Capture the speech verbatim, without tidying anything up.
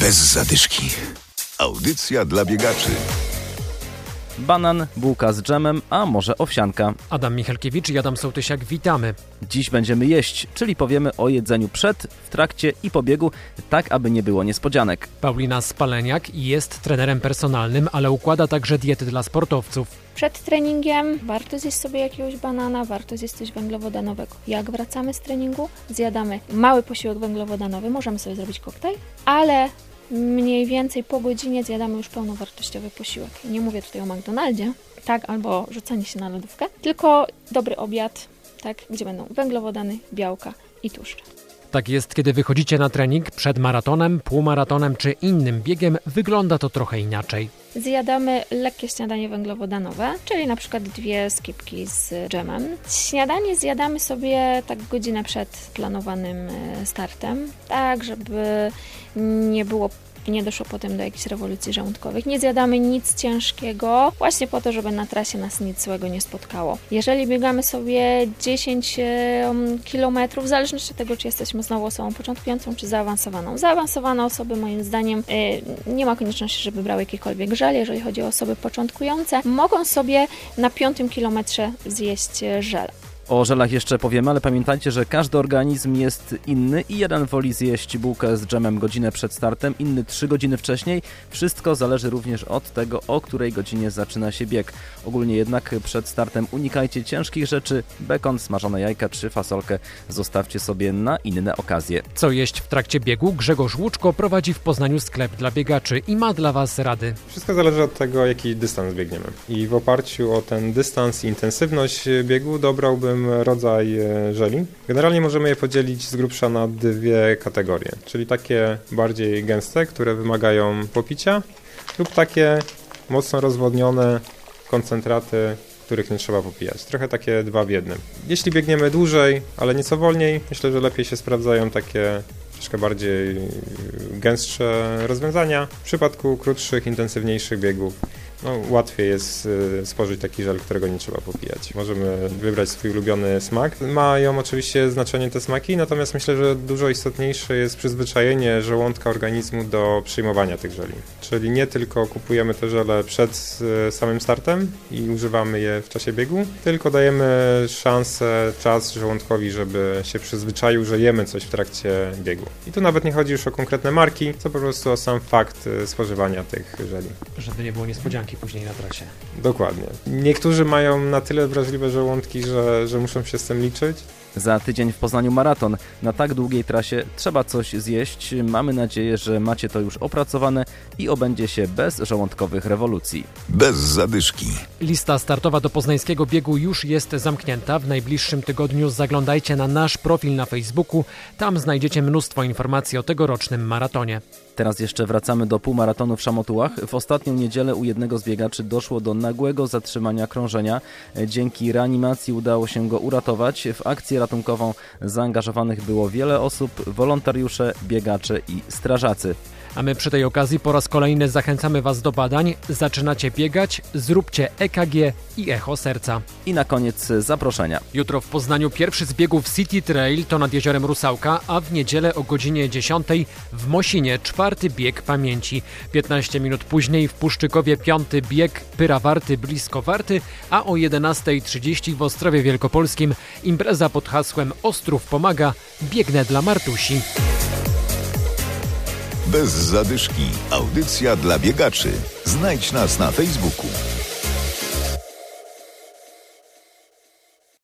Bez zadyszki. Audycja dla biegaczy. Banan, bułka z dżemem, a może owsianka. Adam Michalkiewicz i Adam Sołtysiak, witamy. Dziś będziemy jeść, czyli powiemy o jedzeniu przed, w trakcie i po biegu, tak aby nie było niespodzianek. Paulina Spaleniak jest trenerem personalnym, ale układa także diety dla sportowców. Przed treningiem warto zjeść sobie jakiegoś banana, warto zjeść coś węglowodanowego. Jak wracamy z treningu, zjadamy mały posiłek węglowodanowy, możemy sobie zrobić koktajl, ale mniej więcej po godzinie zjadamy już pełnowartościowy posiłek. Nie mówię tutaj o McDonaldzie, tak, albo rzucanie się na lodówkę, tylko dobry obiad, tak, gdzie będą węglowodany, białka i tłuszcze. Tak jest, kiedy wychodzicie na trening przed maratonem, półmaratonem czy innym biegiem, wygląda to trochę inaczej. Zjadamy lekkie śniadanie węglowodanowe, czyli na przykład dwie skipki z dżemem. Śniadanie zjadamy sobie tak godzinę przed planowanym startem, tak żeby nie było nie doszło potem do jakichś rewolucji żołądkowych. Nie zjadamy nic ciężkiego, właśnie po to, żeby na trasie nas nic złego nie spotkało. Jeżeli biegamy sobie dziesięć kilometrów, w zależności od tego, czy jesteśmy znowu osobą początkującą, czy zaawansowaną. Zaawansowane osoby, moim zdaniem, nie ma konieczności, żeby brały jakikolwiek żel. Jeżeli chodzi o osoby początkujące, mogą sobie na piątym kilometrze zjeść żel. O żelach jeszcze powiemy, ale pamiętajcie, że każdy organizm jest inny i jeden woli zjeść bułkę z dżemem godzinę przed startem, inny trzy godziny wcześniej. Wszystko zależy również od tego, o której godzinie zaczyna się bieg. Ogólnie jednak przed startem unikajcie ciężkich rzeczy, bekon, smażone jajka czy fasolkę zostawcie sobie na inne okazje. Co jeść w trakcie biegu? Grzegorz Łuczko prowadzi w Poznaniu sklep dla biegaczy i ma dla Was rady. Wszystko zależy od tego, jaki dystans biegniemy. I w oparciu o ten dystans i intensywność biegu dobrałbym rodzaj żeli. Generalnie możemy je podzielić z grubsza na dwie kategorie, czyli takie bardziej gęste, które wymagają popicia, lub takie mocno rozwodnione koncentraty, których nie trzeba popijać. Trochę takie dwa w jednym. Jeśli biegniemy dłużej, ale nieco wolniej, myślę, że lepiej się sprawdzają takie troszkę bardziej gęstsze rozwiązania. W przypadku krótszych, intensywniejszych biegów no, łatwiej jest y, spożyć taki żel, którego nie trzeba popijać. Możemy wybrać swój ulubiony smak. Mają oczywiście znaczenie te smaki, natomiast myślę, że dużo istotniejsze jest przyzwyczajenie żołądka organizmu do przyjmowania tych żeli. Czyli nie tylko kupujemy te żele przed y, samym startem i używamy je w czasie biegu, tylko dajemy szansę, czas żołądkowi, żeby się przyzwyczaił, że jemy coś w trakcie biegu. I tu nawet nie chodzi już o konkretne marki, co po prostu o sam fakt y, spożywania tych żeli. Żeby nie było niespodzianki później na trasie. Dokładnie. Niektórzy mają na tyle wrażliwe żołądki, że, że muszą się z tym liczyć. Za tydzień w Poznaniu maraton. Na tak długiej trasie trzeba coś zjeść. Mamy nadzieję, że macie to już opracowane i obędzie się bez żołądkowych rewolucji. Bez zadyszki. Lista startowa do poznańskiego biegu już jest zamknięta. W najbliższym tygodniu zaglądajcie na nasz profil na Facebooku. Tam znajdziecie mnóstwo informacji o tegorocznym maratonie. Teraz jeszcze wracamy do półmaratonu w Szamotułach. W ostatnią niedzielę u jednego z biegaczy doszło do nagłego zatrzymania krążenia. Dzięki reanimacji udało się go uratować. W akcję ratunkową zaangażowanych było wiele osób, wolontariusze, biegacze i strażacy. A my przy tej okazji po raz kolejny zachęcamy Was do badań. Zaczynacie biegać, zróbcie E K G i echo serca. I na koniec zaproszenia. Jutro w Poznaniu pierwszy z biegów City Trail to nad jeziorem Rusałka, a w niedzielę o godzinie dziesiątej w Mosinie czwarty bieg pamięci. piętnaście minut później w Puszczykowie piąty bieg Pyra Warty blisko Warty, a o jedenasta trzydzieści w Ostrowie Wielkopolskim impreza pod hasłem Ostrów pomaga, biegnę dla Martusi. Bez zadyszki. Audycja dla biegaczy. Znajdź nas na Facebooku.